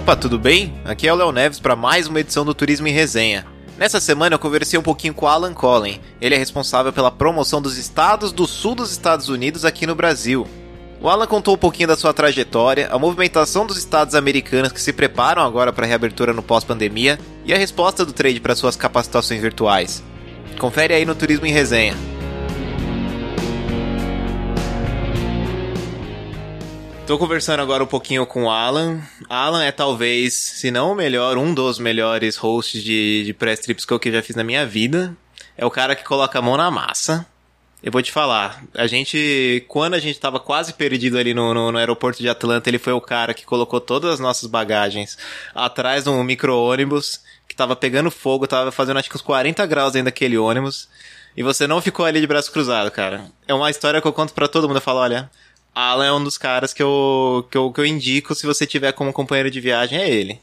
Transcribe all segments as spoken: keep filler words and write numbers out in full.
Opa, tudo bem? Aqui é o Léo Neves para mais uma edição do Turismo em Resenha. Nessa semana eu conversei um pouquinho com o Alan Collen. Ele é responsável pela promoção dos estados do sul dos Estados Unidos aqui no Brasil. O Alan contou um pouquinho da sua trajetória, a movimentação dos estados americanos que se preparam agora para a reabertura no pós-pandemia e a resposta do trade para suas capacitações virtuais. Confere aí no Turismo em Resenha. Tô conversando agora um pouquinho com o Alan. Alan é talvez, se não o melhor, um dos melhores hosts de, de press trips que eu já fiz na minha vida. É o cara que coloca a mão na massa. Eu vou te falar, a gente, quando a gente tava quase perdido ali no, no, no aeroporto de Atlanta, ele foi o cara que colocou todas as nossas bagagens atrás de um micro-ônibus, que tava pegando fogo, tava fazendo acho que uns quarenta graus dentro daquele ônibus, e você não ficou ali de braço cruzado, cara. É uma história que eu conto pra todo mundo, eu falo, olha, Alan é um dos caras que eu, que eu, que eu indico se você tiver como companheiro de viagem, é ele.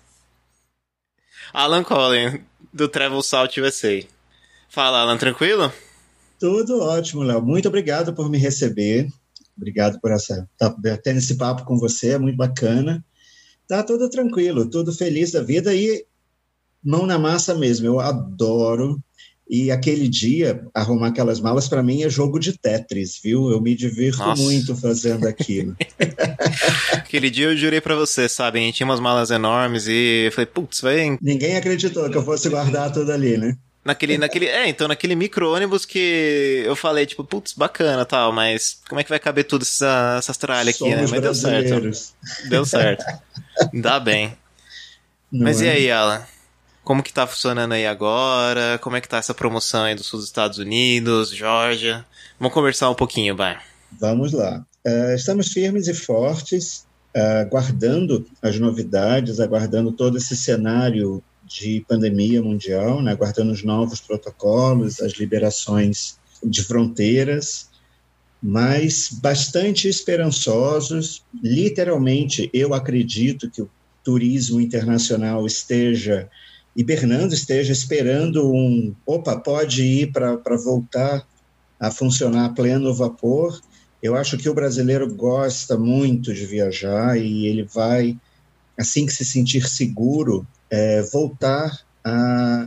Alan Collen, do Travel South U S A. Fala, Alan, tranquilo? Tudo ótimo, Léo. Muito obrigado por me receber. Obrigado por essa, tá, tendo esse papo com você, é muito bacana. Tá tudo tranquilo, tudo feliz da vida e mão na massa mesmo. Eu adoro. E aquele dia, arrumar aquelas malas, para mim, é jogo de Tetris, viu? Eu me divirto Nossa. muito fazendo aquilo. Aquele dia eu jurei pra você, sabe? A gente tinha umas malas enormes e eu falei, putz, vai... Ninguém acreditou que eu fosse guardar tudo ali, né? Naquele, naquele, é, então naquele micro-ônibus que eu falei, tipo, putz, bacana tal, mas como é que vai caber tudo essa, essas tralhas aqui, Somos né? Mas deu certo. Deu certo. Dá bem. Não mas é? E aí, Alan? Como que tá funcionando aí agora? Como é que tá essa promoção aí do sul dos Estados Unidos, Geórgia? Vamos conversar um pouquinho, vai. Vamos lá. Uh, estamos firmes e fortes, uh, aguardando as novidades, aguardando todo esse cenário de pandemia mundial, né, aguardando os novos protocolos, as liberações de fronteiras, mas bastante esperançosos. Literalmente, eu acredito que o turismo internacional esteja hibernando, esteja esperando um, opa, pode ir para voltar a funcionar a pleno vapor. Eu acho que o brasileiro gosta muito de viajar e ele vai, assim que se sentir seguro, É, voltar a,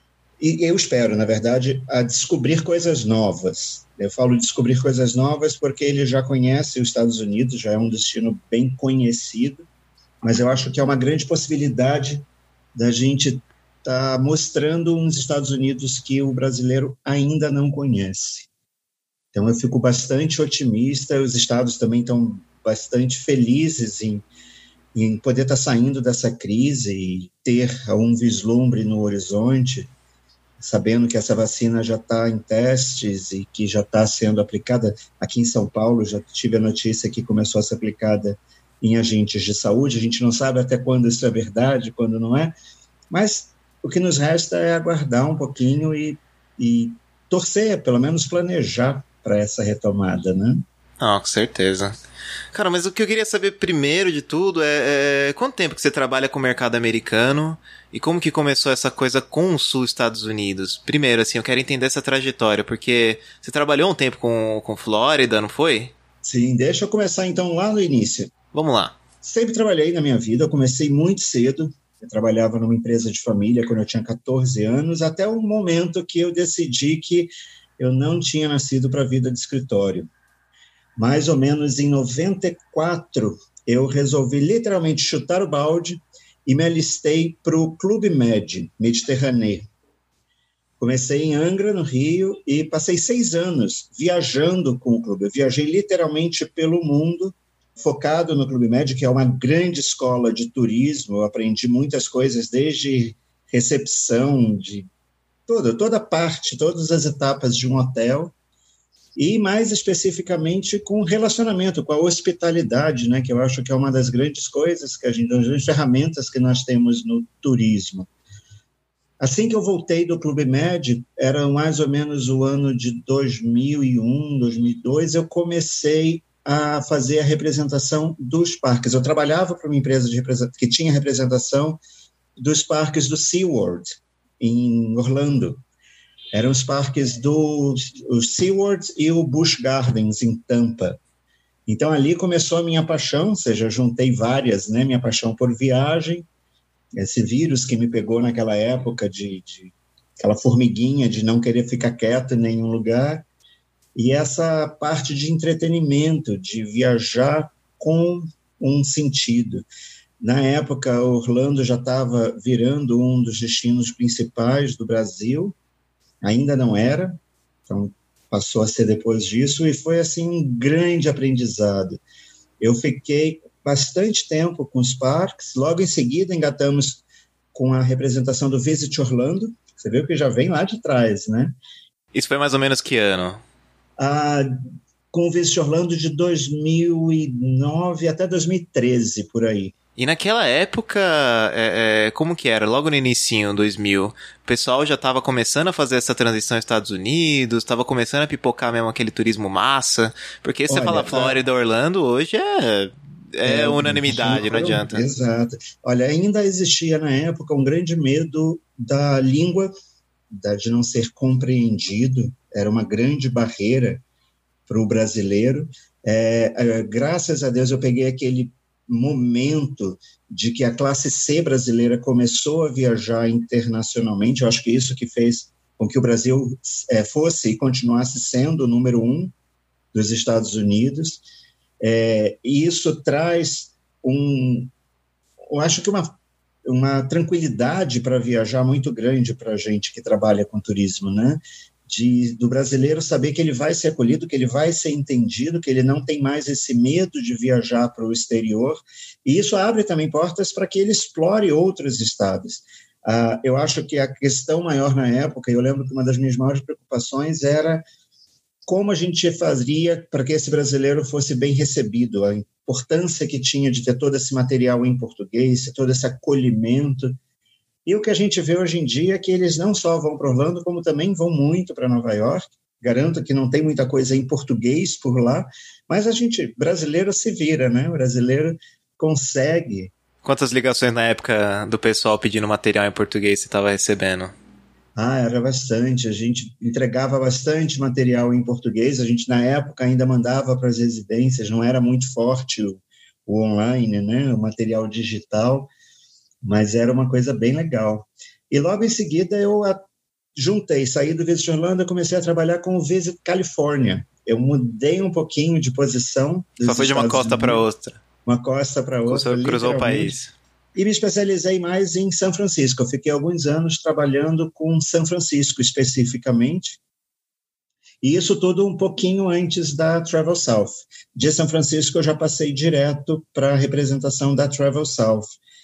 e eu espero, na verdade, a descobrir coisas novas. Eu falo descobrir coisas novas porque ele já conhece os Estados Unidos, já é um destino bem conhecido, mas eu acho que é uma grande possibilidade da gente estar tá mostrando uns Estados Unidos que o brasileiro ainda não conhece. Então eu fico bastante otimista, os estados também estão bastante felizes em em poder estar saindo dessa crise e ter um vislumbre no horizonte, sabendo que essa vacina já está em testes e que já está sendo aplicada. Aqui em São Paulo, já tive a notícia que começou a ser aplicada em agentes de saúde. A gente não sabe até quando isso é verdade, quando não é, mas o que nos resta é aguardar um pouquinho e, e torcer, pelo menos planejar para essa retomada, né? Ah, com certeza. Cara, mas o que eu queria saber primeiro de tudo é, é quanto tempo que você trabalha com o mercado americano e como que começou essa coisa com o sul Estados Unidos? Primeiro, assim, eu quero entender essa trajetória, porque você trabalhou um tempo com, com Flórida, não foi? Sim, deixa eu começar então lá no início. Vamos lá. Sempre trabalhei na minha vida, eu comecei muito cedo, eu trabalhava numa empresa de família quando eu tinha catorze anos, até o momento que eu decidi que eu não tinha nascido para a vida de escritório. Mais ou menos em noventa e quatro, eu resolvi literalmente chutar o balde e me alistei para o Clube Med, Mediterrâneo. Comecei em Angra, no Rio, e passei seis anos viajando com o clube. Eu viajei literalmente pelo mundo, focado no Clube Med, que é uma grande escola de turismo. Eu aprendi muitas coisas, desde recepção, de toda, toda parte, todas as etapas de um hotel, e mais especificamente com relacionamento, com a hospitalidade, né, que eu acho que é uma das grandes coisas, que a gente, das grandes ferramentas que nós temos no turismo. Assim que eu voltei do Clube Med, era mais ou menos o ano de dois mil e um, dois mil e dois, eu comecei a fazer a representação dos parques. Eu trabalhava para uma empresa de que tinha representação dos parques do SeaWorld, em Orlando. Eram os parques do o SeaWorld e o Busch Gardens, em Tampa. Então, ali começou a minha paixão, ou seja, juntei várias, né? Minha paixão por viagem, esse vírus que me pegou naquela época, de, de aquela formiguinha de não querer ficar quieto em nenhum lugar, e essa parte de entretenimento, de viajar com um sentido. Na época, Orlando já estava virando um dos destinos principais do Brasil, ainda não era, então passou a ser depois disso, e foi assim um grande aprendizado. Eu fiquei bastante tempo com os parques, logo em seguida engatamos com a representação do Visit Orlando, você viu que já vem lá de trás, né? Isso foi mais ou menos que ano? Ah, com o Visit Orlando de dois mil e nove até dois mil e treze, por aí. E naquela época, é, é, como que era? Logo no inicinho, dois mil, o pessoal já estava começando a fazer essa transição aos Estados Unidos, estava começando a pipocar mesmo aquele turismo massa, porque você Olha, fala Flórida, Orlando, hoje é, é, é unanimidade, não adianta. Exato. Olha, ainda existia na época um grande medo da língua, da, de não ser compreendido, era uma grande barreira para o brasileiro. É, é, graças a Deus eu peguei aquele momento de que a classe C brasileira começou a viajar internacionalmente. Eu acho que isso que fez com que o Brasil é, fosse e continuasse sendo o número um dos Estados Unidos. É, e isso traz um, eu acho que uma, uma tranquilidade para viajar muito grande para a gente que trabalha com turismo, né? De, do brasileiro saber que ele vai ser acolhido, que ele vai ser entendido, que ele não tem mais esse medo de viajar para o exterior, e isso abre também portas para que ele explore outros estados. Ah, eu acho que a questão maior na época, eu lembro que uma das minhas maiores preocupações era como a gente fazia para que esse brasileiro fosse bem recebido, a importância que tinha de ter todo esse material em português, todo esse acolhimento. E o que a gente vê hoje em dia é que eles não só vão para Orlando, como também vão muito para Nova York. Garanto que não tem muita coisa em português por lá, mas a gente, brasileiro, se vira, né? O brasileiro consegue. Quantas ligações na época do pessoal pedindo material em português você estava recebendo? Ah, era bastante. A gente entregava bastante material em português. A gente, na época, ainda mandava para as residências. Não era muito forte o, o online, né? O material digital. Mas era uma coisa bem legal. E logo em seguida eu a, juntei, saí do Visit Orlando e comecei a trabalhar com o Visit California. Eu mudei um pouquinho de posição. Só foi de uma costa para outra. Uma costa para outra. Cruzou, cruzou o país. E me especializei mais em São Francisco. Eu fiquei alguns anos trabalhando com São Francisco especificamente. E isso tudo um pouquinho antes da Travel South. De São Francisco eu já passei direto para a representação da Travel South.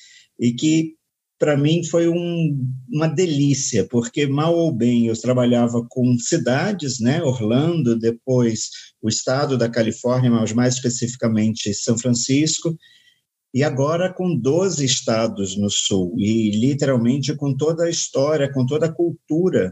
E que, para mim, foi um, uma delícia, porque, mal ou bem, eu trabalhava com cidades, né? Orlando, depois o estado da Califórnia, mas mais especificamente São Francisco, e agora com doze estados no sul, e literalmente com toda a história, com toda a cultura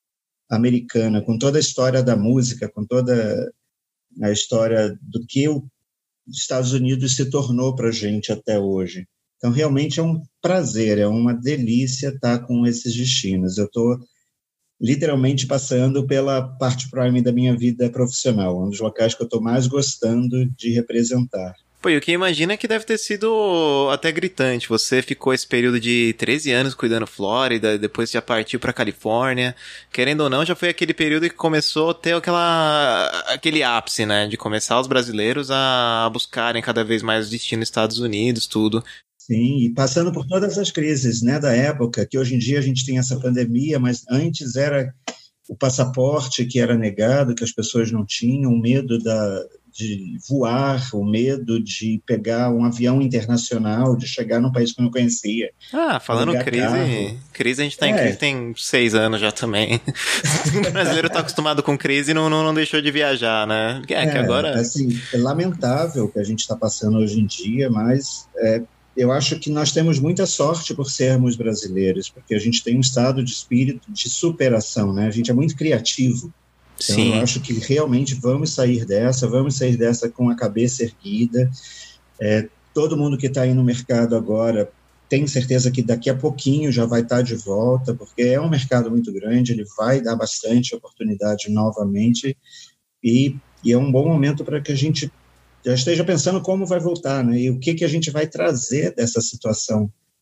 americana, com toda a história da música, com toda a história do que os Estados Unidos se tornou para a gente até hoje. Então, realmente é um prazer, é uma delícia estar com esses destinos. Eu estou literalmente passando pela parte prime da minha vida profissional, um dos locais que eu estou mais gostando de representar. Pô, e o que imagina é que deve ter sido até gritante. Você ficou esse período de treze anos cuidando Flórida, depois já partiu pra Califórnia. Querendo ou não, já foi aquele período que começou a ter aquela, aquele ápice, né? De começar os brasileiros a buscarem cada vez mais o destino nos Estados Unidos, tudo. Sim, e passando por todas as crises, né, da época, que hoje em dia a gente tem essa pandemia, mas antes era o passaporte que era negado, que as pessoas não tinham, o medo da, de voar, o medo de pegar um avião internacional, de chegar num país que eu não conhecia. Ah, falando crise, carro. crise a gente tá é. em crise tem seis anos já também. O brasileiro tá acostumado com crise e não, não, não deixou de viajar, né? É, é que agora... Assim, é lamentável o que a gente está passando hoje em dia, mas... É, eu acho que nós temos muita sorte por sermos brasileiros, porque a gente tem um estado de espírito de superação, né? A gente é muito criativo. Então, Sim. eu acho que realmente vamos sair dessa, vamos sair dessa com a cabeça erguida. É, todo mundo que está aí no mercado agora, tenho certeza que daqui a pouquinho já vai estar de volta, porque é um mercado muito grande, ele vai dar bastante oportunidade novamente, e, e é um bom momento para que a gente já esteja pensando como vai voltar, né? E o que, que a gente vai trazer dessa situação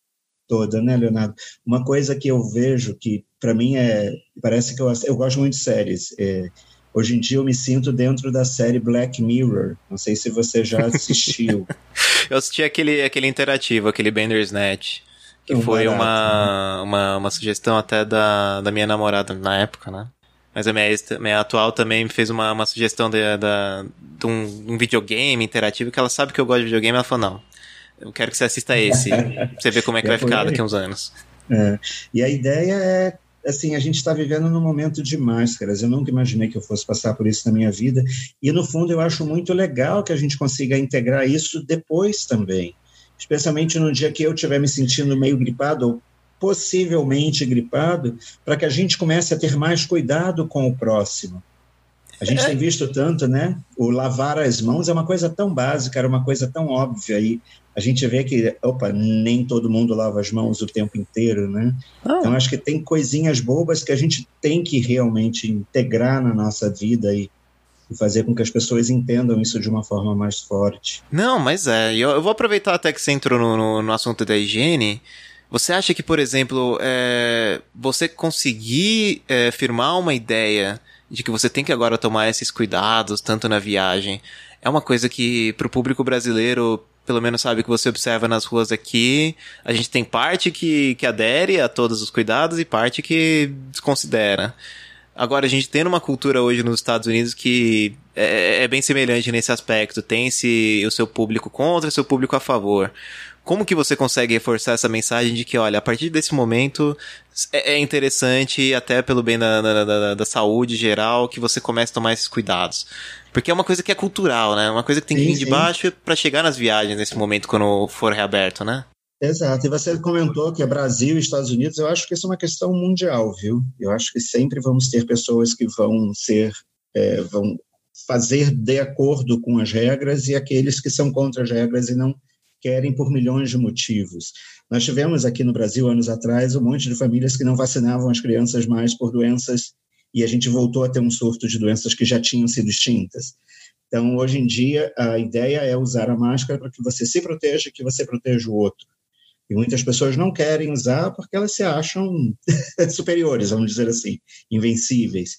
toda, né, Leonardo? Uma coisa que eu vejo que, para mim, é parece que eu, eu gosto muito de séries. É, hoje em dia eu me sinto dentro da série Black Mirror. Não sei se você já assistiu. Eu assisti aquele, aquele interativo, aquele Bandersnatch, que Um foi barato, uma, né? uma, uma sugestão até da, da minha namorada na época, né? Mas a minha, ex, minha atual também me fez uma, uma sugestão de, de, de um, um videogame interativo, que ela sabe que eu gosto de videogame, ela falou, não, eu quero que você assista esse, pra você ver como é que É vai por ficar aí. daqui a uns anos. É. E a ideia é, assim, a gente está vivendo num momento de máscaras. Eu nunca imaginei que eu fosse passar por isso na minha vida. E, no fundo, eu acho muito legal que a gente consiga integrar isso depois também. Especialmente no dia que eu estiver me sentindo meio gripado, ou possivelmente gripado, para que a gente comece a ter mais cuidado com o próximo. A gente tem visto tanto, né? O lavar as mãos é uma coisa tão básica, era uma coisa tão óbvia. E a gente vê que, opa, nem todo mundo lava as mãos o tempo inteiro, né? Ah. Então, acho que tem coisinhas bobas que a gente tem que realmente integrar na nossa vida e, e fazer com que as pessoas entendam isso de uma forma mais forte. Não, mas é, eu, eu vou aproveitar até que você entrou no, no, no assunto da higiene. Você acha que, por exemplo, é, você conseguir é, firmar uma ideia de que você tem que agora tomar esses cuidados, tanto na viagem, é uma coisa que pro público brasileiro, pelo menos sabe que você observa nas ruas aqui, a gente tem parte que, que adere a todos os cuidados e parte que desconsidera. Agora, a gente tem uma cultura hoje nos Estados Unidos que é, é bem semelhante nesse aspecto, tem esse, o seu público contra, o seu público a favor. Como que você consegue reforçar essa mensagem de que, olha, a partir desse momento é interessante, até pelo bem da, da, da, da saúde geral, que você comece a tomar esses cuidados? Porque é uma coisa que é cultural, né? Uma coisa que tem que Sim, vir de sim. baixo para chegar nas viagens nesse momento, quando for reaberto, né? Exato, e você comentou que é Brasil e Estados Unidos, eu acho que isso é uma questão mundial, viu? Eu acho que sempre vamos ter pessoas que vão ser, é, vão fazer de acordo com as regras e aqueles que são contra as regras e não querem por milhões de motivos. Nós tivemos aqui no Brasil, anos atrás, um monte de famílias que não vacinavam as crianças mais por doenças e a gente voltou a ter um surto de doenças que já tinham sido extintas. Então, hoje em dia, a ideia é usar a máscara para que você se proteja e que você proteja o outro. E muitas pessoas não querem usar porque elas se acham superiores, vamos dizer assim, invencíveis.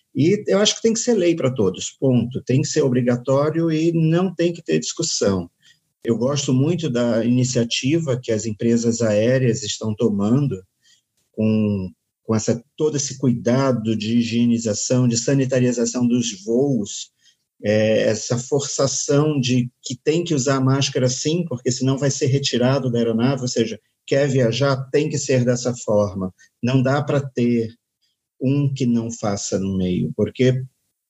E eu acho que tem que ser lei para todos, ponto. Tem que ser obrigatório e não tem que ter discussão. Eu gosto muito da iniciativa que as empresas aéreas estão tomando com, com essa, todo esse cuidado de higienização, de sanitarização dos voos, é, essa forçação de que tem que usar máscara sim, porque senão vai ser retirado da aeronave, ou seja, quer viajar, tem que ser dessa forma. Não dá para ter um que não faça no meio, porque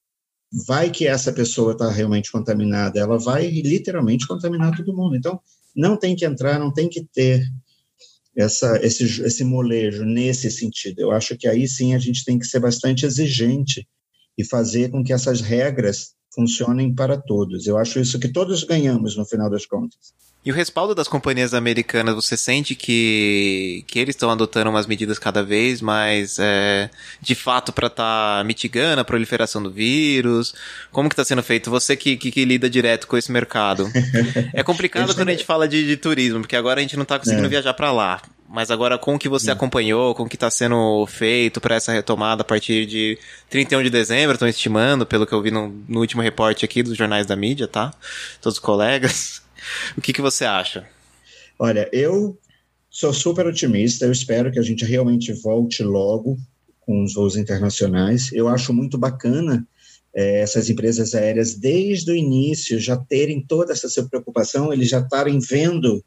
vai que essa pessoa está realmente contaminada, ela vai literalmente contaminar todo mundo. Então, não tem que entrar, não tem que ter essa, esse, esse molejo nesse sentido. Eu acho que aí sim a gente tem que ser bastante exigente e fazer com que essas regras funcionem para todos. Eu acho isso que todos ganhamos no final das contas. E o respaldo das companhias americanas, você sente que, que eles estão adotando umas medidas cada vez mais, é, de fato, para estar tá mitigando a proliferação do vírus? Como que está sendo feito? Você que, que, que lida direto com esse mercado. É complicado quando a gente fala de, de turismo, porque agora a gente não está conseguindo é. viajar para lá. Mas agora, com o que você é. acompanhou, com o que está sendo feito para essa retomada a partir de trinta e um de dezembro, estão estimando, pelo que eu vi no, no último reporte aqui dos jornais da mídia, tá? Todos os colegas. O que, que você acha? Olha, eu sou super otimista, eu espero que a gente realmente volte logo com os voos internacionais. Eu acho muito bacana é, essas empresas aéreas, desde o início, já terem toda essa sua preocupação, eles já estarem vendo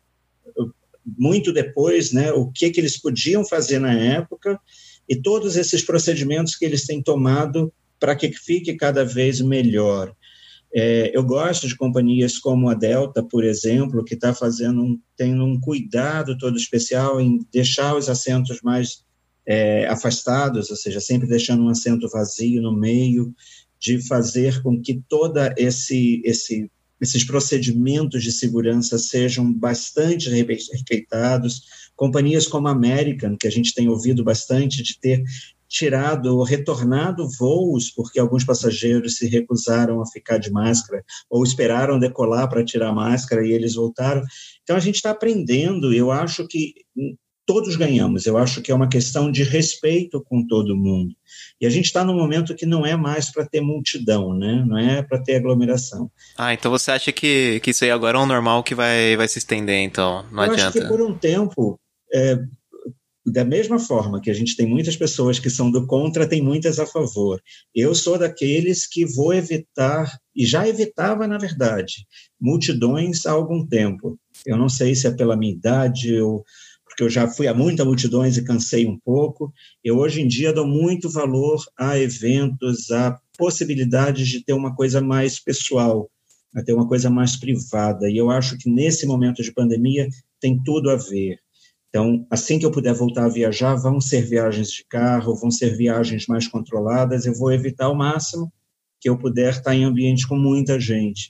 muito depois, né, o que, que eles podiam fazer na época e todos esses procedimentos que eles têm tomado para que fique cada vez melhor. É, eu gosto de companhias como a Delta, por exemplo, que está fazendo um, tendo um cuidado todo especial em deixar os assentos mais é, afastados, ou seja, sempre deixando um assento vazio no meio, de fazer com que toda esse, esse esses procedimentos de segurança sejam bastante respeitados. Companhias como a American, que a gente tem ouvido bastante, de ter tirado ou retornado voos, porque alguns passageiros se recusaram a ficar de máscara, ou esperaram decolar para tirar a máscara e eles voltaram. Então, a gente está aprendendo, eu acho que todos ganhamos. Eu acho que é uma questão de respeito com todo mundo. E a gente está num momento que não é mais para ter multidão, né? Não é para ter aglomeração. Ah, então você acha que, que isso aí agora é um normal que vai, vai se estender, então não Eu adianta. acho que por um tempo, é, da mesma forma que a gente tem muitas pessoas que são do contra, tem muitas a favor. Eu sou daqueles que vou evitar, e já evitava, na verdade, multidões há algum tempo. Eu não sei se é pela minha idade, ou porque eu já fui a muitas multidões e cansei um pouco. Eu, hoje em dia, dou muito valor a eventos, a possibilidades de ter uma coisa mais pessoal, a ter uma coisa mais privada. E eu acho que, nesse momento de pandemia, tem tudo a ver. Então, assim que eu puder voltar a viajar, vão ser viagens de carro, vão ser viagens mais controladas, eu vou evitar ao máximo que eu puder estar em ambiente com muita gente.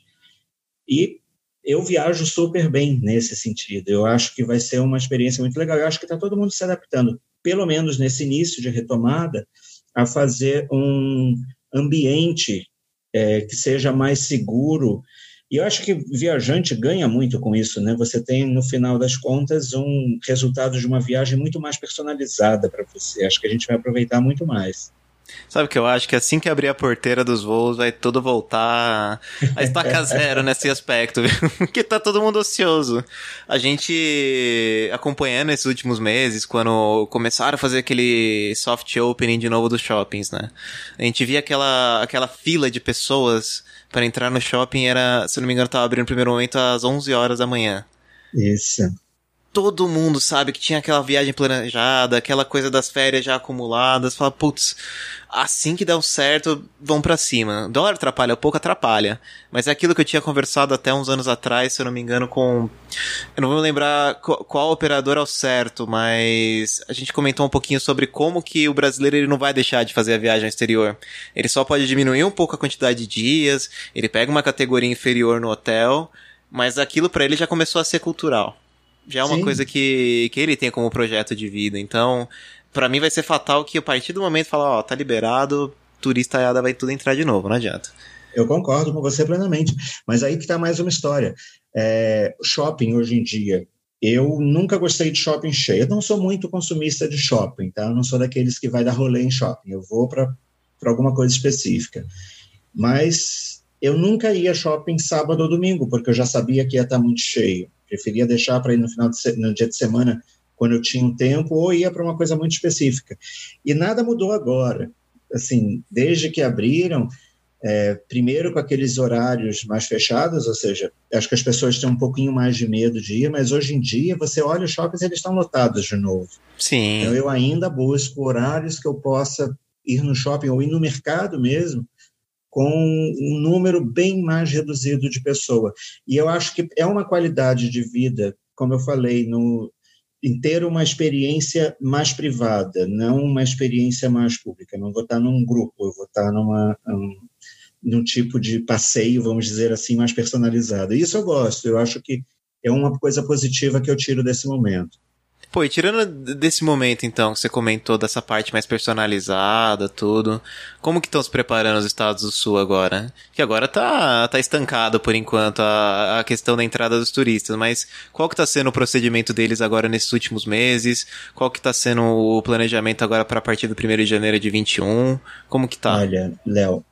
E eu viajo super bem nesse sentido. Eu acho que vai ser uma experiência muito legal. Eu acho que está todo mundo se adaptando, pelo menos nesse início de retomada, a fazer um ambiente é, que seja mais seguro. E eu acho que viajante ganha muito com isso, né? Você tem, no final das contas, um resultado de uma viagem muito mais personalizada para você. Acho que a gente vai aproveitar muito mais. Sabe o que eu acho? Que assim que abrir a porteira dos voos, vai tudo voltar a estaca zero nesse aspecto, viu? Porque tá todo mundo ocioso. A gente, acompanhando esses últimos meses, quando começaram a fazer aquele soft opening de novo dos shoppings, né? A gente via aquela, aquela fila de pessoas para entrar no shopping, era, se não me engano, tava abrindo no primeiro momento às onze horas da manhã. Isso. Todo mundo sabe que tinha aquela viagem planejada, aquela coisa das férias já acumuladas, fala, putz, assim que dá um certo, vão pra cima. O dólar atrapalha, um pouco atrapalha, mas é aquilo que eu tinha conversado até uns anos atrás, se eu não me engano, com... Eu não vou me lembrar qual, qual operador ao certo, mas a gente comentou um pouquinho sobre como que o brasileiro ele não vai deixar de fazer a viagem ao exterior. Ele só pode diminuir um pouco a quantidade de dias, ele pega uma categoria inferior no hotel, mas aquilo pra ele já começou a ser cultural. Já é uma Sim. coisa que, que ele tem como projeto de vida. Então, pra mim vai ser fatal que a partir do momento falar, ó, tá liberado, turistaiada vai tudo entrar de novo, não adianta. Eu concordo com você plenamente. Mas aí que tá mais uma história. É, shopping hoje em dia, eu nunca gostei de shopping cheio. Eu não sou muito consumista de shopping, tá? Eu não sou daqueles que vai dar rolê em shopping. Eu vou pra, pra alguma coisa específica. Mas eu nunca ia shopping sábado ou domingo, porque eu já sabia que ia estar muito cheio. Preferia deixar para ir no final de se... no dia de semana, quando eu tinha um tempo, ou ia para uma coisa muito específica. E nada mudou agora. Assim, desde que abriram, é, primeiro com aqueles horários mais fechados, ou seja, acho que as pessoas têm um pouquinho mais de medo de ir, mas hoje em dia você olha os shoppings, eles estão lotados de novo. Sim. Então eu ainda busco horários que eu possa ir no shopping ou ir no mercado mesmo, com um número bem mais reduzido de pessoas. E eu acho que é uma qualidade de vida, como eu falei, no, em ter uma experiência mais privada, não uma experiência mais pública. Eu não vou estar num grupo, eu vou estar numa, um, num tipo de passeio, vamos dizer assim, mais personalizado. Isso eu gosto, eu acho que é uma coisa positiva que eu tiro desse momento. Pô, e tirando desse momento, então, que você comentou dessa parte mais personalizada, tudo, como que estão se preparando os estados do Sul agora? Que agora tá, tá estancado, por enquanto, a, a questão da entrada dos turistas, mas qual que tá sendo o procedimento deles agora nesses últimos meses? Qual que tá sendo o planejamento agora para a partir do primeiro de janeiro de vinte e um? Como que tá? Olha, Léo,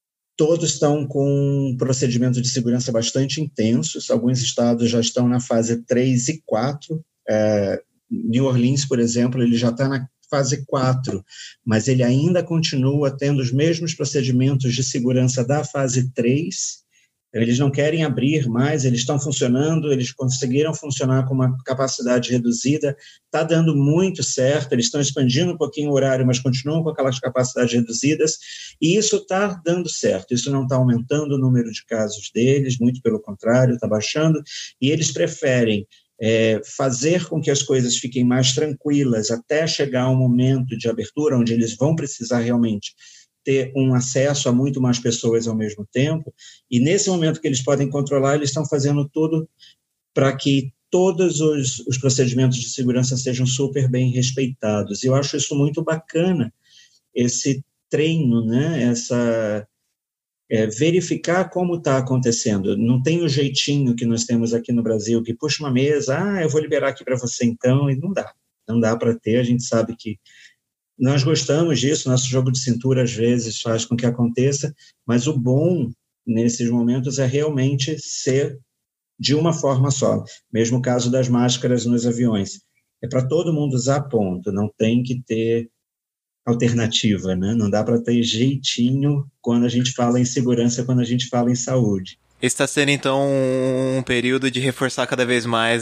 todos estão com um procedimento de segurança bastante intensos, alguns estados já estão na fase três e quatro, é, New Orleans, por exemplo, ele já está na fase quatro, mas ele ainda continua tendo os mesmos procedimentos de segurança da fase três. Eles não querem abrir mais, eles estão funcionando, eles conseguiram funcionar com uma capacidade reduzida, está dando muito certo, eles estão expandindo um pouquinho o horário, mas continuam com aquelas capacidades reduzidas, e isso está dando certo, isso não está aumentando o número de casos deles, muito pelo contrário, está baixando, e eles preferem É, fazer com que as coisas fiquem mais tranquilas até chegar um momento de abertura, onde eles vão precisar realmente ter um acesso a muito mais pessoas ao mesmo tempo, e nesse momento que eles podem controlar, eles estão fazendo tudo para que todos os, os procedimentos de segurança sejam super bem respeitados. E eu acho isso muito bacana, esse treino, né, essa... É, verificar como está acontecendo. Não tem o jeitinho que nós temos aqui no Brasil, que puxa uma mesa, ah, eu vou liberar aqui para você então, e não dá. Não dá para ter, a gente sabe que nós gostamos disso, nosso jogo de cintura às vezes faz com que aconteça, mas o bom nesses momentos é realmente ser de uma forma só. Mesmo caso das máscaras nos aviões. É para todo mundo usar, ponto. Não tem que ter alternativa, né? Não dá para ter jeitinho quando a gente fala em segurança, quando a gente fala em saúde. Está sendo, então, um período de reforçar cada vez mais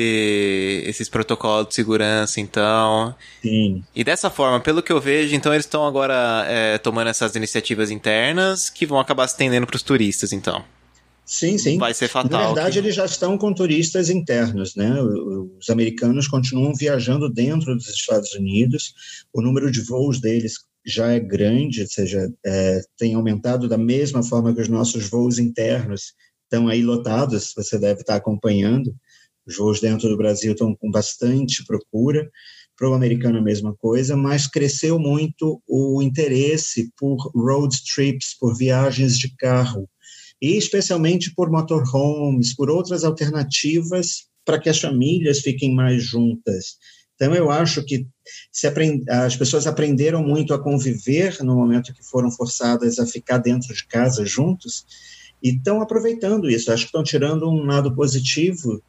esse, esses protocolos de segurança, então. Sim. E dessa forma, pelo que eu vejo, então eles estão agora é, tomando essas iniciativas internas que vão acabar se estendendo para os turistas, então. Sim, sim. Vai ser fatal. Na verdade, que... eles já estão com turistas internos, né? Os americanos continuam viajando dentro dos Estados Unidos, o número de voos deles já é grande, ou seja, é, tem aumentado da mesma forma que os nossos voos internos estão aí lotados, você deve estar acompanhando. Os voos dentro do Brasil estão com bastante procura, para o americano a mesma coisa, mas cresceu muito o interesse por road trips, por viagens de carro, e especialmente por motorhomes, por outras alternativas para que as famílias fiquem mais juntas. Então, eu acho que se aprend... as pessoas aprenderam muito a conviver no momento que foram forçadas a ficar dentro de casa juntos e estão aproveitando isso. Acho que estão tirando um lado positivo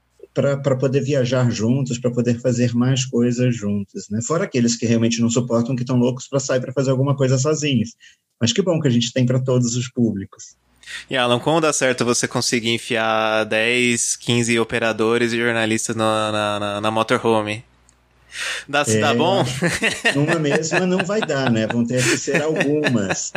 para poder viajar juntos, para poder fazer mais coisas juntos, né? Fora aqueles que realmente não suportam, que estão loucos para sair para fazer alguma coisa sozinhos. Mas que bom que a gente tem para todos os públicos. E Alan, como dá certo você conseguir enfiar dez, quinze operadores e jornalistas na, na, na, na motorhome? Dá, é, dá bom? Numa mesma não vai dar, né? Vão ter que ser algumas.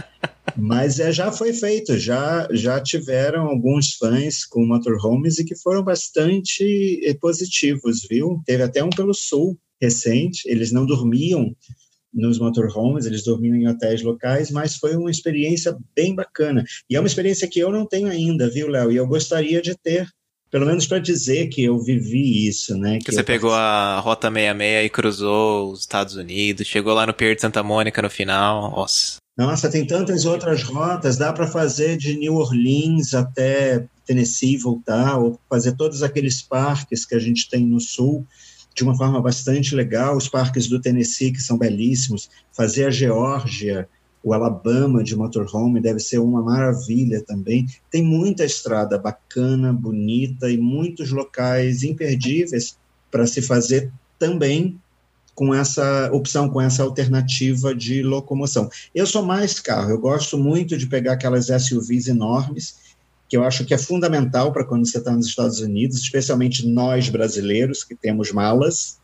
Mas é, já foi feito, já, já tiveram alguns fãs com motorhomes e que foram bastante positivos, viu? Teve até um pelo Sul recente, eles não dormiam nos motorhomes, eles dormiam em hotéis locais, mas foi uma experiência bem bacana. E é uma experiência que eu não tenho ainda, viu, Léo? E eu gostaria de ter, pelo menos para dizer que eu vivi isso, né? Que, que você pegou participei. a Rota sessenta e seis e cruzou os Estados Unidos, chegou lá no Pier de Santa Mônica no final, nossa. Nossa, tem tantas outras rotas, dá para fazer de New Orleans até Tennessee e voltar, ou fazer todos aqueles parques que a gente tem no sul, de uma forma bastante legal, os parques do Tennessee, que são belíssimos, fazer a Geórgia, o Alabama de motorhome deve ser uma maravilha também. Tem muita estrada bacana, bonita e muitos locais imperdíveis para se fazer também com essa opção, com essa alternativa de locomoção. Eu sou mais carro, eu gosto muito de pegar aquelas S U Vs enormes, que eu acho que é fundamental para quando você está nos Estados Unidos, especialmente nós brasileiros, que temos malas.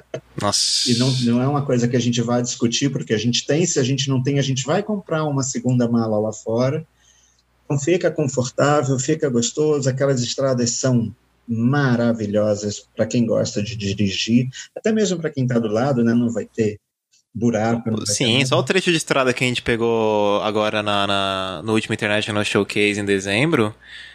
Nossa. E não, não é uma coisa que a gente vai discutir, porque a gente tem, se a gente não tem, a gente vai comprar uma segunda mala lá fora. Então fica confortável, fica gostoso, aquelas estradas são maravilhosas para quem gosta de dirigir, até mesmo para quem está do lado, né, não vai ter buraco. Não vai Sim, ter só o trecho de estrada que a gente pegou agora na, na, no último International Showcase em dezembro.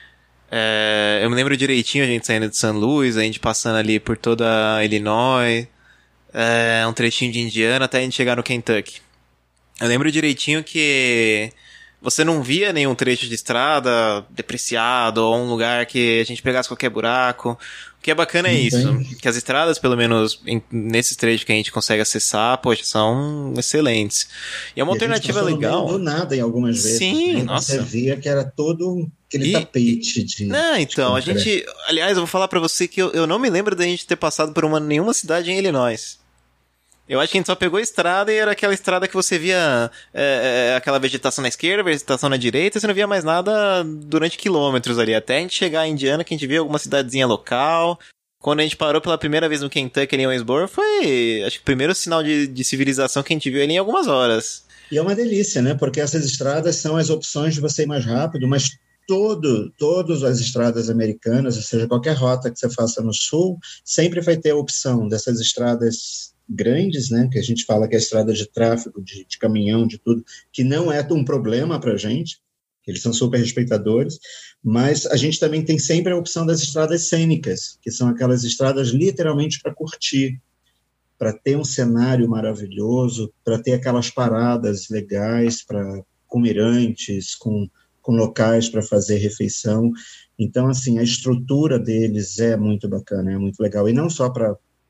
É, eu me lembro direitinho a gente saindo de Saint Louis, a gente passando ali por toda a Illinois, é, um trechinho de Indiana até a gente chegar no Kentucky. Eu lembro direitinho que você não via nenhum trecho de estrada depreciado ou um lugar que a gente pegasse qualquer buraco. O que é bacana é isso, que as estradas, pelo menos em, nesses trechos que a gente consegue acessar, poxa, são excelentes. E é uma e alternativa a gente legal. Do nada em algumas vezes. Sim, né? nossa. Você via que era todo aquele E, tapete de... Não, então, de a gente... Aliás, eu vou falar pra você que eu, eu não me lembro da gente ter passado por uma, nenhuma cidade em Illinois. Eu acho que a gente só pegou a estrada e era aquela estrada que você via é, é, aquela vegetação na esquerda, vegetação na direita, você não via mais nada durante quilômetros ali. Até a gente chegar em Indiana, que a gente via alguma cidadezinha local. Quando a gente parou pela primeira vez no Kentucky, ali em Owensboro, foi, acho que o primeiro sinal de, de civilização que a gente viu ali em algumas horas. E é uma delícia, né? Porque essas estradas são as opções de você ir mais rápido, mas todo, todas as estradas americanas, ou seja, qualquer rota que você faça no sul, sempre vai ter a opção dessas estradas grandes, né, que a gente fala que é a estrada de tráfego, de, de caminhão, de tudo, que não é um problema para a gente, eles são super respeitadores, mas a gente também tem sempre a opção das estradas cênicas, que são aquelas estradas literalmente para curtir, para ter um cenário maravilhoso, para ter aquelas paradas legais, para com mirantes, com, com locais para fazer refeição. Então, assim, a estrutura deles é muito bacana, é muito legal, e não só para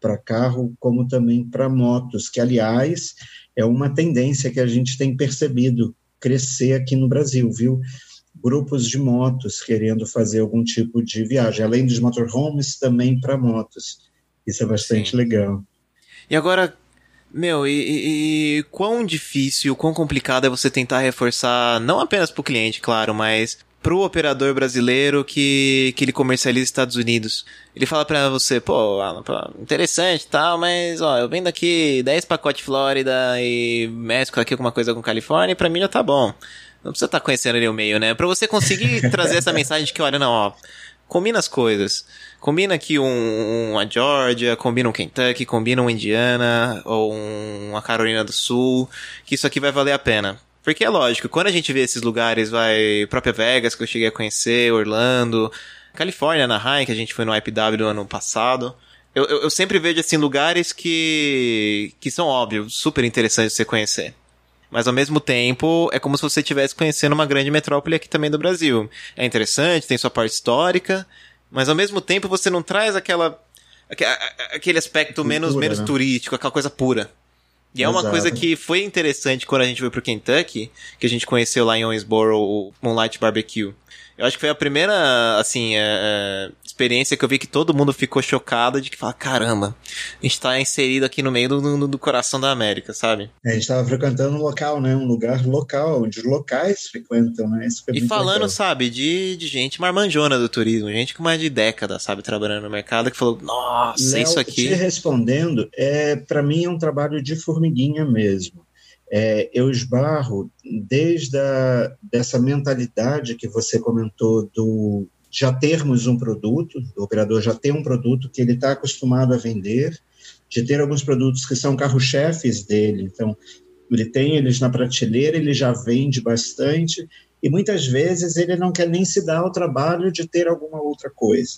para carro, como também para motos, que, aliás, é uma tendência que a gente tem percebido crescer aqui no Brasil, viu? Grupos de motos querendo fazer algum tipo de viagem, além dos motorhomes, também para motos. Isso é bastante Sim. legal. E agora, meu, e, e, e quão difícil, quão complicado é você tentar reforçar, não apenas para o cliente, claro, mas pro operador brasileiro que, que ele comercializa nos Estados Unidos. Ele fala pra você, pô, Alan, pô, interessante e tal, mas ó, eu vendo aqui dez pacotes Flórida e mesclo aqui alguma coisa com Califórnia e pra mim já tá bom. Não precisa estar tá conhecendo ali o meio, né? Pra você conseguir trazer essa mensagem de que, olha, não, ó, combina as coisas. Combina aqui um, uma Georgia, combina um Kentucky, combina um Indiana ou um, uma Carolina do Sul, que isso aqui vai valer a pena. Porque é lógico, quando a gente vê esses lugares, vai, própria Vegas, que eu cheguei a conhecer, Orlando, Califórnia, Anaheim, que a gente foi no I P W do ano passado, eu, eu, eu sempre vejo, assim, lugares que, que são óbvios, super interessantes de você conhecer. Mas, ao mesmo tempo, é como se você estivesse conhecendo uma grande metrópole aqui também do Brasil. É interessante, tem sua parte histórica, mas, ao mesmo tempo, você não traz aquela, aquele aspecto cultura, menos, menos né? turístico, aquela coisa pura. E é uma Exato. Coisa que foi interessante quando a gente foi pro Kentucky, que a gente conheceu lá em Owensboro o Moonlight Barbecue. Eu acho que foi a primeira, assim, é, é, experiência que eu vi que todo mundo ficou chocado de que fala, caramba, a gente tá inserido aqui no meio do, do, do coração da América, sabe? É, a gente tava frequentando um local, né? Um lugar local, onde os locais frequentam, né? Isso foi e muito falando, legal. sabe, de, de gente marmanjona do turismo, gente com mais de década, sabe, trabalhando no mercado, que falou, nossa, Léo, isso aqui... te respondendo, é, pra mim é um trabalho de formiguinha mesmo. É, eu esbarro desde a, dessa mentalidade que você comentou do já termos um produto, o operador já tem um produto que ele está acostumado a vender, de ter alguns produtos que são carro-chefes dele, então ele tem eles na prateleira, ele já vende bastante, e muitas vezes ele não quer nem se dar ao trabalho de ter alguma outra coisa.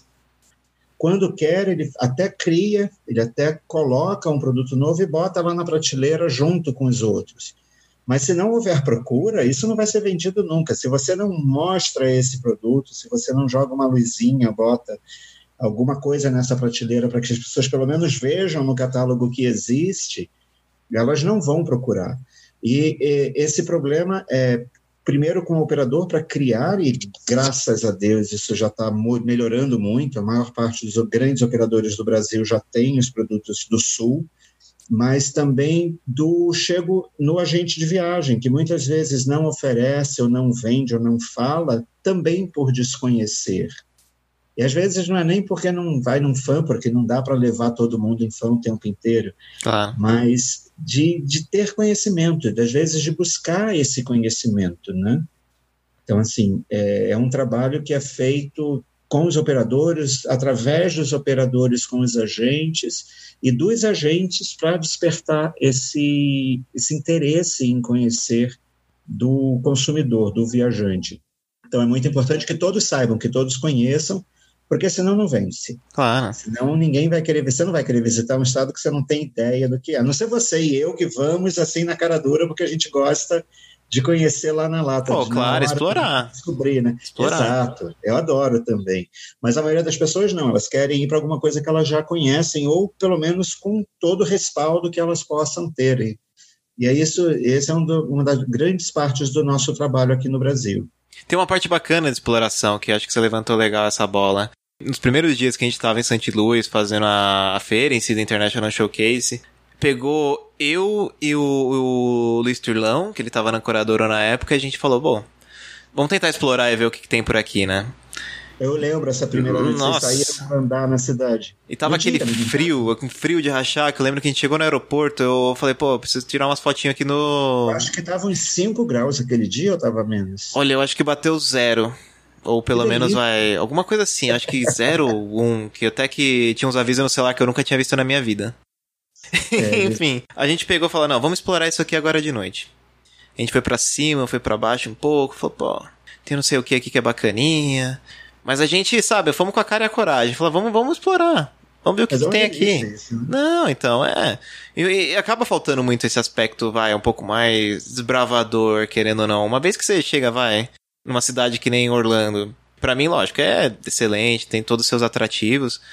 Quando quer, ele até cria, ele até coloca um produto novo e bota lá na prateleira junto com os outros. Mas se não houver procura, isso não vai ser vendido nunca. Se você não mostra esse produto, se você não joga uma luzinha, bota alguma coisa nessa prateleira para que as pessoas pelo menos vejam no catálogo que existe, elas não vão procurar. E, e esse problema é... primeiro com o operador para criar, e graças a Deus isso já está melhorando muito, a maior parte dos grandes operadores do Brasil já tem os produtos do Sul, mas também do chego no agente de viagem, que muitas vezes não oferece, ou não vende, ou não fala, também por desconhecer. E às vezes não é nem porque não vai num fã, porque não dá para levar todo mundo em fã o tempo inteiro, claro. Mas de, de ter conhecimento, às vezes de buscar esse conhecimento, né? Então, assim, é, é um trabalho que é feito com os operadores, através dos operadores com os agentes, e dos agentes para despertar esse, esse interesse em conhecer do consumidor, do viajante. Então, é muito importante que todos saibam, que todos conheçam, porque senão não vence. Claro. Senão ninguém vai querer, você não vai querer visitar um estado que você não tem ideia do que é. A não ser você e eu que vamos assim na cara dura, porque a gente gosta de conhecer lá na lata. Pô, de, claro, na explorar. Descobrir, né? Explorar. Exato, eu adoro também. Mas a maioria das pessoas não, elas querem ir para alguma coisa que elas já conhecem, ou pelo menos com todo o respaldo que elas possam ter. E, e é isso, esse é um do, uma das grandes partes do nosso trabalho aqui no Brasil. Tem uma parte bacana de exploração, que acho que você levantou legal essa bola. Nos primeiros dias que a gente estava em Saint Louis fazendo a, a feira em si da International Showcase, pegou eu e o, o Luiz Turlão, que ele estava na curadora na época, e a gente falou, bom, vamos tentar explorar e ver o que, que tem por aqui, né? Eu lembro essa primeira vez que vocês saíram andar na cidade. E tava aquele frio, aquele frio de rachar, que eu lembro que a gente chegou no aeroporto, eu falei, pô, preciso tirar umas fotinhas aqui no... Eu acho que tava uns cinco graus aquele dia, ou tava menos? Olha, eu acho que bateu zero. Ou pelo que menos delícia. Vai... Alguma coisa assim, acho que zero ou um, que até que tinha uns avisos no celular que eu nunca tinha visto na minha vida. É, enfim, a gente pegou e falou, não, vamos explorar isso aqui agora de noite. A gente foi pra cima, foi pra baixo um pouco, falou, pô, tem não sei o que aqui que é bacaninha... Mas a gente, sabe, fomos com a cara e a coragem. Falou, vamos, vamos explorar. Vamos ver o que, que tem aqui. Isso, né? Não, então, é. E, e acaba faltando muito esse aspecto, vai, um pouco mais desbravador, querendo ou não. Uma vez que você chega, vai, numa cidade que nem Orlando, pra mim, lógico, é excelente, tem todos os seus atrativos.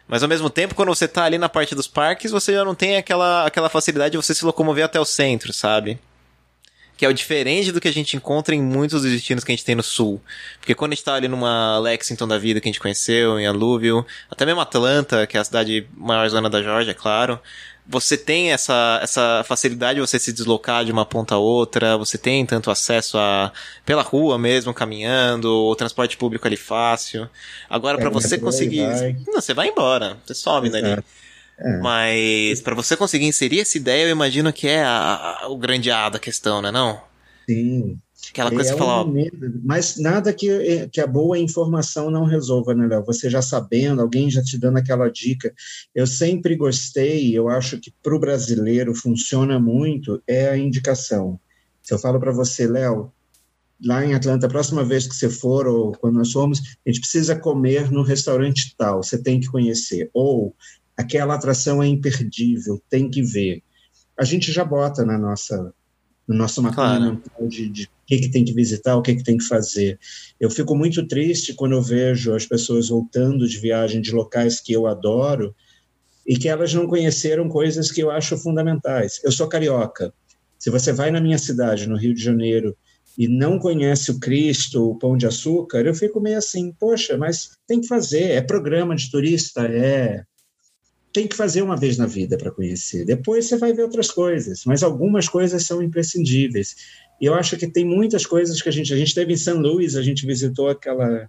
Mas ao mesmo tempo, quando você tá ali na parte dos parques, você já não tem aquela, aquela facilidade de você se locomover até o centro, sabe? Que é o diferente do que a gente encontra em muitos dos destinos que a gente tem no sul. Porque quando a gente tá ali numa Lexington da vida que a gente conheceu, em Alluvial, até mesmo Atlanta, que é a cidade maior zona da Geórgia, é claro, você tem essa, essa facilidade de você se deslocar de uma ponta a outra, você tem tanto acesso a pela rua mesmo, caminhando, o transporte público ali fácil. Agora, pra você conseguir... Vai. Não, você vai embora, você some dali. Exato. É. Mas pra você conseguir inserir essa ideia, eu imagino que é a, a, o grande A da questão, né, não? Sim. Aquela coisa é que você fala, um medo, mas nada que, que a boa informação não resolva, né, Léo? Você já sabendo, alguém já te dando aquela dica. Eu sempre gostei, eu acho que para o brasileiro funciona muito, é a indicação. Se eu falo para você, Léo, lá em Atlanta, a próxima vez que você for, ou quando nós formos, a gente precisa comer no restaurante tal, você tem que conhecer. Ou aquela atração é imperdível, tem que ver. A gente já bota na nossa... no nosso mapinha claro. mental de, de o que, que tem que visitar, o que, que tem que fazer. Eu fico muito triste quando eu vejo as pessoas voltando de viagem de locais que eu adoro e que elas não conheceram coisas que eu acho fundamentais. Eu sou carioca. Se você vai na minha cidade, no Rio de Janeiro, e não conhece o Cristo, o Pão de Açúcar, eu fico meio assim, poxa, mas tem que fazer, é programa de turista, é... tem que fazer uma vez na vida para conhecer. Depois você vai ver outras coisas, mas algumas coisas são imprescindíveis. E eu acho que tem muitas coisas que a gente... A gente esteve em Saint Louis, a gente visitou aquela...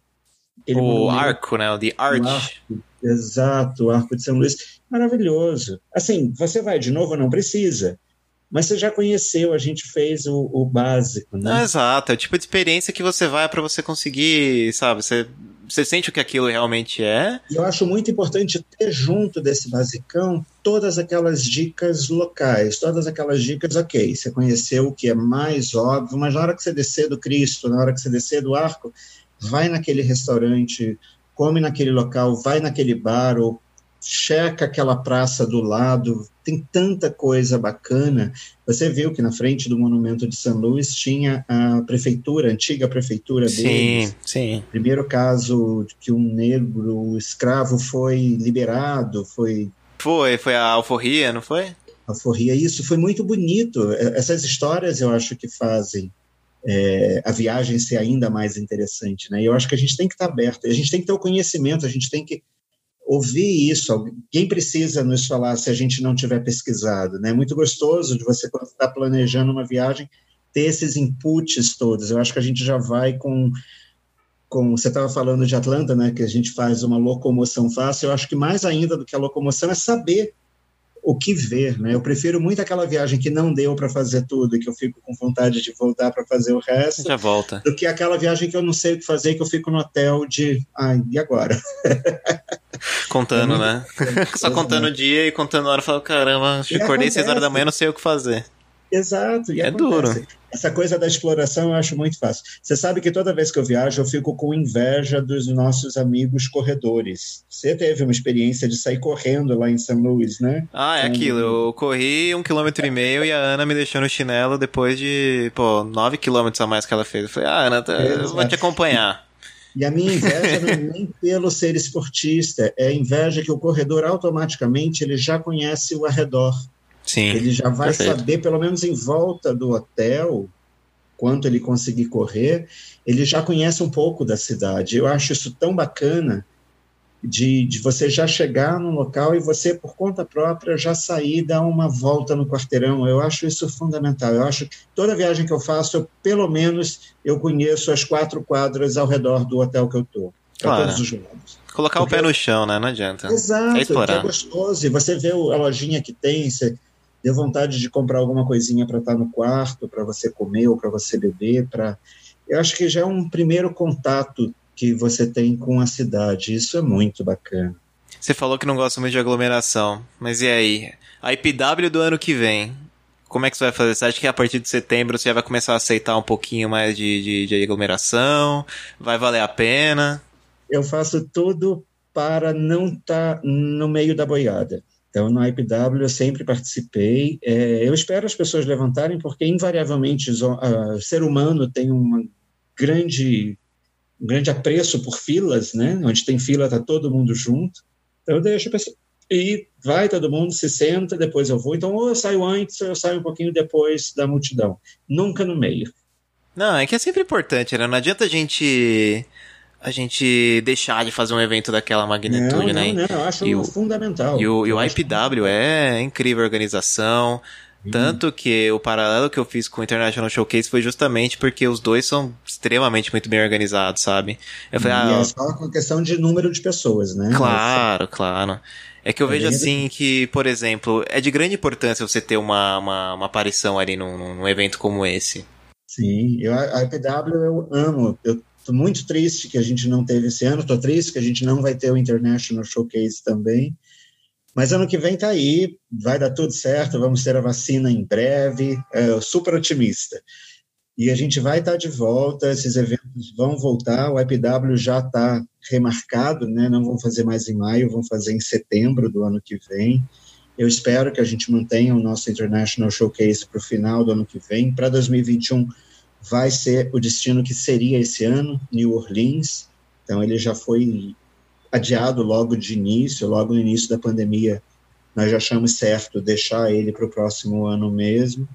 O arco, né? O The Arch. O arco, exato, o Arco de São Luís. Maravilhoso. Assim, você vai de novo? Não precisa. Mas você já conheceu, a gente fez o, o básico, né? Ah, exato, é o tipo de experiência que você vai para você conseguir, sabe, você, você sente o que aquilo realmente é. E eu acho muito importante ter junto desse basicão todas aquelas dicas locais, todas aquelas dicas, ok, você conheceu o que é mais óbvio, mas na hora que você descer do Cristo, na hora que você descer do arco, vai naquele restaurante, come naquele local, vai naquele bar, ou checa aquela praça do lado, tem tanta coisa bacana. Você viu que na frente do monumento de Saint Louis tinha a prefeitura, a antiga prefeitura Sim, deles. sim. Primeiro caso que um negro escravo foi liberado, foi... Foi, foi a alforria, não foi? Alforria, isso foi muito bonito. Essas histórias eu acho que fazem é, a viagem ser ainda mais interessante, né? E eu acho que a gente tem que estar aberto, a gente tem que ter o conhecimento, a gente tem que ouvir isso, alguém precisa nos falar se a gente não tiver pesquisado, né? É muito gostoso de você, quando está planejando uma viagem, ter esses inputs todos. Eu acho que a gente já vai com... com você estava falando de Atlanta, né? Que a gente faz uma locomoção fácil. Eu acho que mais ainda do que a locomoção é saber o que ver, né? Eu prefiro muito aquela viagem que não deu para fazer tudo e que eu fico com vontade de voltar para fazer o resto, já volta, do que aquela viagem que eu não sei o que fazer e que eu fico no hotel de, ai, e agora? Contando, é né? Só contando o dia e contando a hora, falo, caramba, acordei seis horas da manhã, não sei o que fazer. Exato, e é acontece. Duro. Essa coisa da exploração eu acho muito fácil. Você sabe que toda vez que eu viajo eu fico com inveja dos nossos amigos corredores. Você teve uma experiência de sair correndo lá em Saint Louis, né? Ah, é com... aquilo, eu corri um quilômetro e meio e a Ana me deixou no chinelo depois de, pô, nove quilômetros a mais que ela fez. Eu falei, ah, Ana, eu vou te acompanhar. E a minha inveja não é nem pelo ser esportista, é a inveja que o corredor automaticamente ele já conhece o arredor. Sim, ele já vai perfeito. saber, pelo menos em volta do hotel, quanto ele conseguir correr, ele já conhece um pouco da cidade. Eu acho isso tão bacana de, de você já chegar num local e você, por conta própria, já sair e dar uma volta no quarteirão. Eu acho isso fundamental. Eu acho que toda viagem que eu faço, eu, pelo menos, eu conheço as quatro quadras ao redor do hotel que eu estou. Claro. A todos os lados. Colocar Porque... o pé no chão, né? Não adianta. Exato, é explorar. É gostoso. E você vê a lojinha que tem, você... deu vontade de comprar alguma coisinha para estar no quarto, para você comer ou para você beber. Pra... Eu acho que já é um primeiro contato que você tem com a cidade. Isso é muito bacana. Você falou que não gosta muito de aglomeração, mas e aí? A I P W do ano que vem, como é que você vai fazer? Você acha que a partir de setembro você já vai começar a aceitar um pouquinho mais de, de, de aglomeração? Vai valer a pena? Eu faço tudo para não estar no meio da boiada. Então, no I P W eu sempre participei. É, eu espero as pessoas levantarem, porque invariavelmente o ser humano tem uma grande, um grande apreço por filas, né? Onde tem fila está todo mundo junto. Eu deixo a pessoa... E vai todo mundo, se senta, depois eu vou. Então, ou eu saio antes, ou eu saio um pouquinho depois da multidão. Nunca no meio. Não, é que é sempre importante, né? Não adianta a gente... a gente deixar de fazer um evento daquela magnitude, não, né? Não, não, eu acho e o, fundamental. E o, e o I I P W é incrível a organização. Hum. Tanto que o paralelo que eu fiz com o International Showcase foi justamente porque os dois são extremamente muito bem organizados, sabe? Eu falei, e ah, é só com questão de número de pessoas, né? Claro, claro. É que eu é vejo assim que, por exemplo, é de grande importância você ter uma, uma, uma aparição ali num, num evento como esse. Sim, eu, a I P W eu amo. Eu tô muito triste que a gente não teve esse ano, tô triste que a gente não vai ter o International Showcase também. Mas ano que vem tá aí, vai dar tudo certo, vamos ter a vacina em breve, é, super otimista. E a gente vai estar de volta, esses eventos vão voltar, o I P W já está remarcado, né? Não vão fazer mais em maio, vão fazer em setembro do ano que vem. Eu espero que a gente mantenha o nosso International Showcase para o final do ano que vem. Para dois mil e vinte e um vai ser o destino que seria esse ano, New Orleans. Então ele já foi adiado logo de início, logo no início da pandemia. Nós já achamos certo deixar ele para o próximo ano mesmo.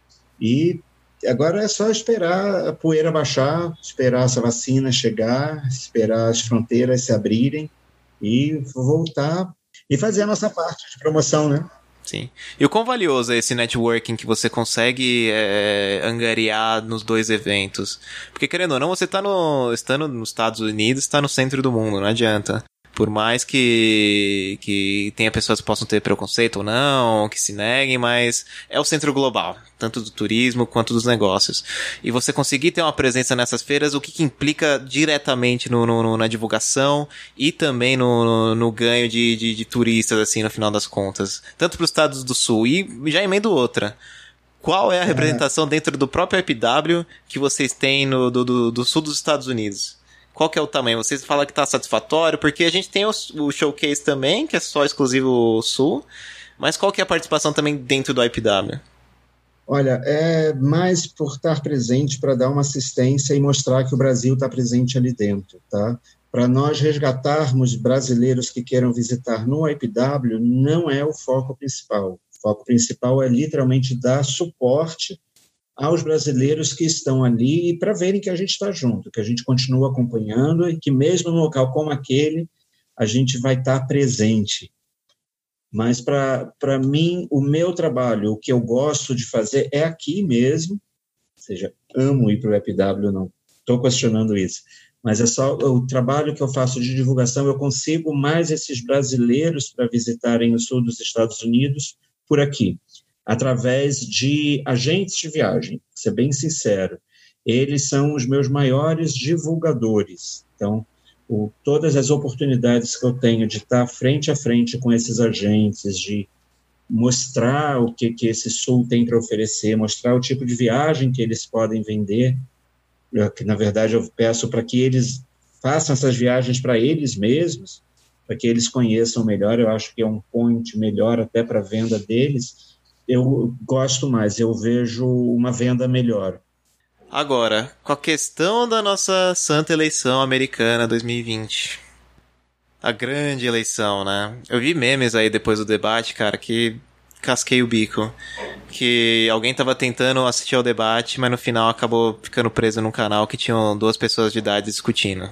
E agora é só esperar a poeira baixar, esperar essa vacina chegar, esperar as fronteiras se abrirem e voltar e fazer a nossa parte de promoção, né? Sim. E o quão valioso é esse networking que você consegue é, angariar nos dois eventos? Porque, querendo ou não, você tá no, estando nos Estados Unidos, está no centro do mundo, não adianta. Por mais que, que tenha pessoas que possam ter preconceito ou não, que se neguem, mas é o centro global, tanto do turismo quanto dos negócios. E você conseguir ter uma presença nessas feiras, o que, que implica diretamente no, no, na divulgação e também no, no, no ganho de, de, de turistas, assim, no final das contas. Tanto para os Estados do Sul, e já emendo outra. Qual é a representação é. dentro do próprio I P W que vocês têm no, do, do, do sul dos Estados Unidos? Qual que é o tamanho? Vocês falam que está satisfatório? Porque a gente tem o, o showcase também, que é só exclusivo Sul. Mas qual que é a participação também dentro do I P W? Olha, é mais por estar presente para dar uma assistência e mostrar que o Brasil está presente ali dentro, tá? Para nós resgatarmos brasileiros que queiram visitar no I P W, não é o foco principal. O foco principal é literalmente dar suporte aos brasileiros que estão ali e para verem que a gente está junto, que a gente continua acompanhando e que mesmo num local como aquele, a gente vai estar tá presente. Mas para mim, o meu trabalho, o que eu gosto de fazer é aqui mesmo, ou seja, amo ir para o I P W, não estou questionando isso, mas é só o trabalho que eu faço de divulgação, eu consigo mais esses brasileiros para visitarem o sul dos Estados Unidos por aqui, através de agentes de viagem, vou ser bem sincero, eles são os meus maiores divulgadores. Então, o, todas as oportunidades que eu tenho de estar frente a frente com esses agentes, de mostrar o que, que esse sul tem para oferecer, mostrar o tipo de viagem que eles podem vender, eu, que na verdade eu peço para que eles façam essas viagens para eles mesmos, para que eles conheçam melhor, eu acho que é um point melhor até para a venda deles. Eu gosto mais, eu vejo uma venda melhor. Agora, com a questão da nossa santa eleição americana dois mil e vinte. A grande eleição, né? Eu vi memes aí depois do debate, cara, que casquei o bico. Que alguém tava tentando assistir ao debate, mas no final acabou ficando preso num canal que tinham duas pessoas de idade discutindo.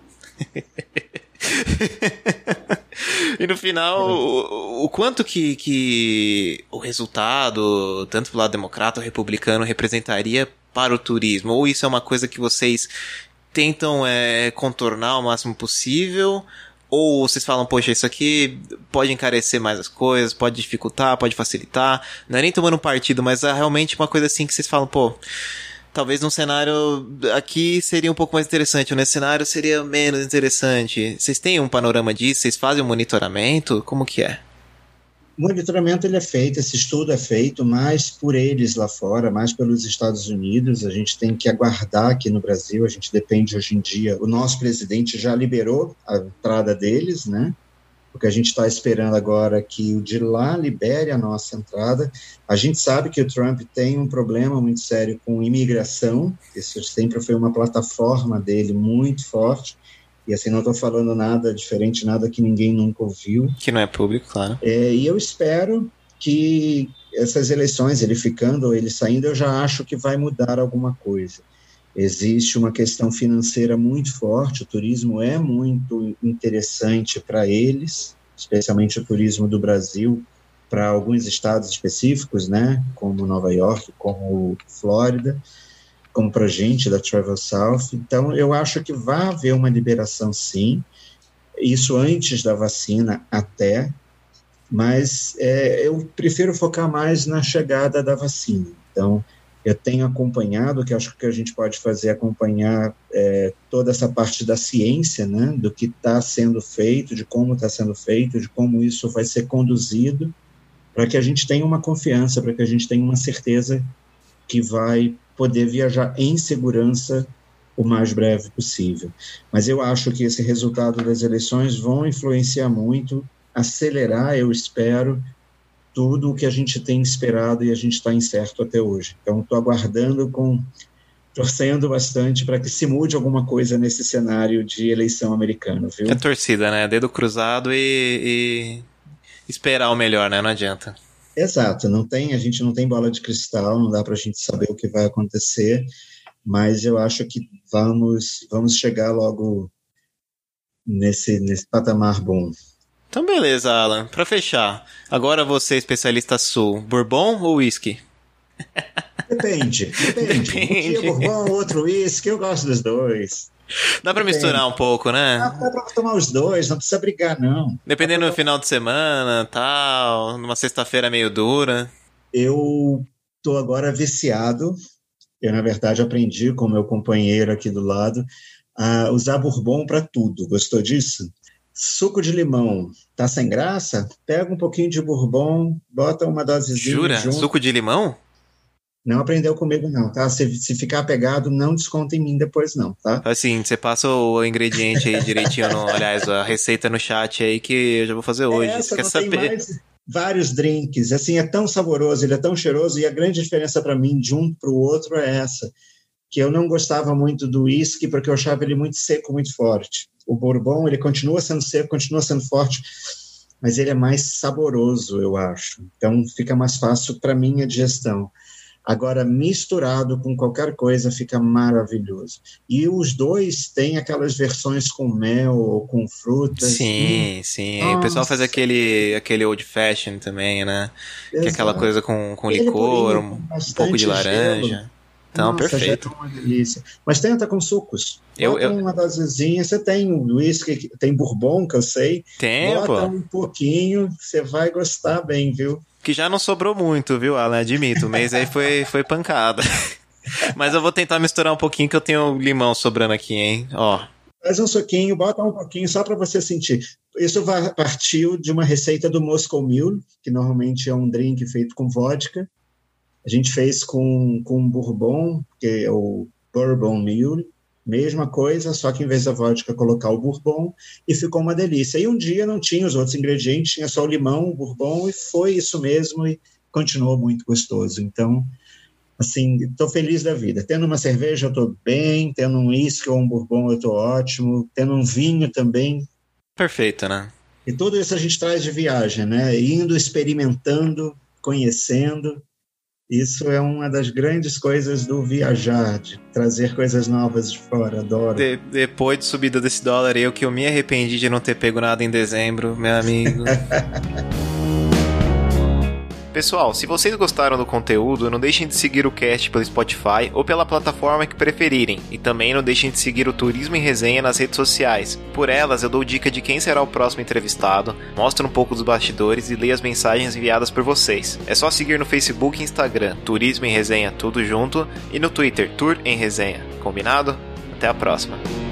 E no final, o, o quanto que, que o resultado, tanto do lado democrata ou republicano, representaria para o turismo? Ou isso é uma coisa que vocês tentam é, contornar o máximo possível? Ou vocês falam, poxa, isso aqui pode encarecer mais as coisas, pode dificultar, pode facilitar? Não é nem tomando um partido, mas é realmente uma coisa assim que vocês falam, pô, talvez num cenário aqui seria um pouco mais interessante, ou nesse cenário seria menos interessante. Vocês têm um panorama disso? Vocês fazem um monitoramento? Como que é? O monitoramento ele é feito, esse estudo é feito mais por eles lá fora, mais pelos Estados Unidos. A gente tem que aguardar aqui no Brasil, a gente depende hoje em dia. O nosso presidente já liberou a entrada deles, né? Porque a gente está esperando agora que o de lá libere a nossa entrada. A gente sabe que o Trump tem um problema muito sério com imigração, isso sempre foi uma plataforma dele muito forte, E assim, não estou falando nada diferente, nada que ninguém nunca ouviu. Que não é público, claro. É, e eu espero que essas eleições, ele ficando ou ele saindo, eu já acho que vai mudar alguma coisa. Existe uma questão financeira muito forte, o turismo é muito interessante para eles, especialmente o turismo do Brasil, para alguns estados específicos, né, como Nova York, como Flórida, como para a gente da Travel South. Então, eu acho que vai haver uma liberação, sim, isso antes da vacina até, mas é, eu prefiro focar mais na chegada da vacina. Então, eu tenho acompanhado, que acho que a gente pode fazer é acompanhar é, toda essa parte da ciência, né, do que está sendo feito, de como está sendo feito, de como isso vai ser conduzido, para que a gente tenha uma confiança, para que a gente tenha uma certeza que vai poder viajar em segurança o mais breve possível. Mas eu acho que esse resultado das eleições vão influenciar muito, acelerar, eu espero, tudo o que a gente tem esperado e a gente está incerto até hoje. Então, estou aguardando, com, torcendo bastante para que se mude alguma coisa nesse cenário de eleição americana, viu? É torcida, né? Dedo cruzado e, e esperar o melhor, né? Não adianta. Exato, não tem, a gente não tem bola de cristal, não dá para a gente saber o que vai acontecer, mas eu acho que vamos, vamos chegar logo nesse, nesse patamar bom. Então beleza, Alan. Pra fechar, agora você, especialista sul, bourbon ou whisky? Depende, depende. Depende. Um dia bourbon, outro whisky, eu gosto dos dois. Dá pra Depende. misturar um pouco, né? Dá, dá pra tomar os dois, não precisa brigar, não. Dependendo do final de semana, tal, numa sexta-feira meio dura. Eu tô agora viciado, eu na verdade aprendi com o meu companheiro aqui do lado, a usar bourbon pra tudo. Gostou disso? Suco de limão, tá sem graça? Pega um pouquinho de bourbon, bota uma dosezinha. Jura? Junto. Suco de limão? Não aprendeu comigo não, tá? Se, se ficar pegado, não desconta em mim depois não, tá? Assim, você passa o ingrediente aí direitinho, no, aliás, a receita no chat aí que eu já vou fazer hoje. Essa você quer não saber? Tem mais vários drinks, assim, é tão saboroso, ele é tão cheiroso, e a grande diferença para mim de um para o outro é essa, que eu não gostava muito do whisky porque eu achava ele muito seco, muito forte. O bourbon, ele continua sendo seco, continua sendo forte, mas ele é mais saboroso, eu acho. Então, fica mais fácil para mim a digestão. Agora, misturado com qualquer coisa, fica maravilhoso. E os dois têm aquelas versões com mel ou com frutas. Sim, hum. sim. Nossa. O pessoal faz aquele, aquele old fashion também, né? Exato. Que é aquela coisa com, com licor, um pouco de laranja. Gelo. Então, Nossa, perfeito. Já é uma delícia. Mas tenta com sucos. Eu, bota eu... uma dosezinha. Você tem whisky, tem bourbon, que eu sei. Tem, bota pô. um pouquinho, você vai gostar bem, viu? Que já não sobrou muito, viu, Alan? Admito. O mês aí foi, foi pancada. Mas eu vou tentar misturar um pouquinho, que eu tenho limão sobrando aqui, hein? Ó. Faz um suquinho, bota um pouquinho só para você sentir. Isso partiu de uma receita do Moscow Mule, que normalmente é um drink feito com vodka. A gente fez com, com bourbon, que é o Bourbon Mule, mesma coisa, só que em vez da vodka colocar o bourbon, e ficou uma delícia. E um dia não tinha os outros ingredientes, tinha só o limão, o bourbon, e foi isso mesmo, e continuou muito gostoso. Então, assim, estou feliz da vida. Tendo uma cerveja, eu estou bem, tendo um uísque ou um bourbon, eu estou ótimo, tendo um vinho também. Perfeito, né? E tudo isso a gente traz de viagem, né? Indo, experimentando, conhecendo. Isso é uma das grandes coisas do viajar, de trazer coisas novas de fora, adoro. De, depois de subida desse dólar, eu que eu me arrependi de não ter pego nada em dezembro, meu amigo. Pessoal, se vocês gostaram do conteúdo, não deixem de seguir o cast pelo Spotify ou pela plataforma que preferirem. E também não deixem de seguir o Turismo em Resenha nas redes sociais. Por elas, eu dou dica de quem será o próximo entrevistado, mostro um pouco dos bastidores e leio as mensagens enviadas por vocês. É só seguir no Facebook e Instagram, Turismo em Resenha tudo junto, e no Twitter, Tour em Resenha. Combinado? Até a próxima.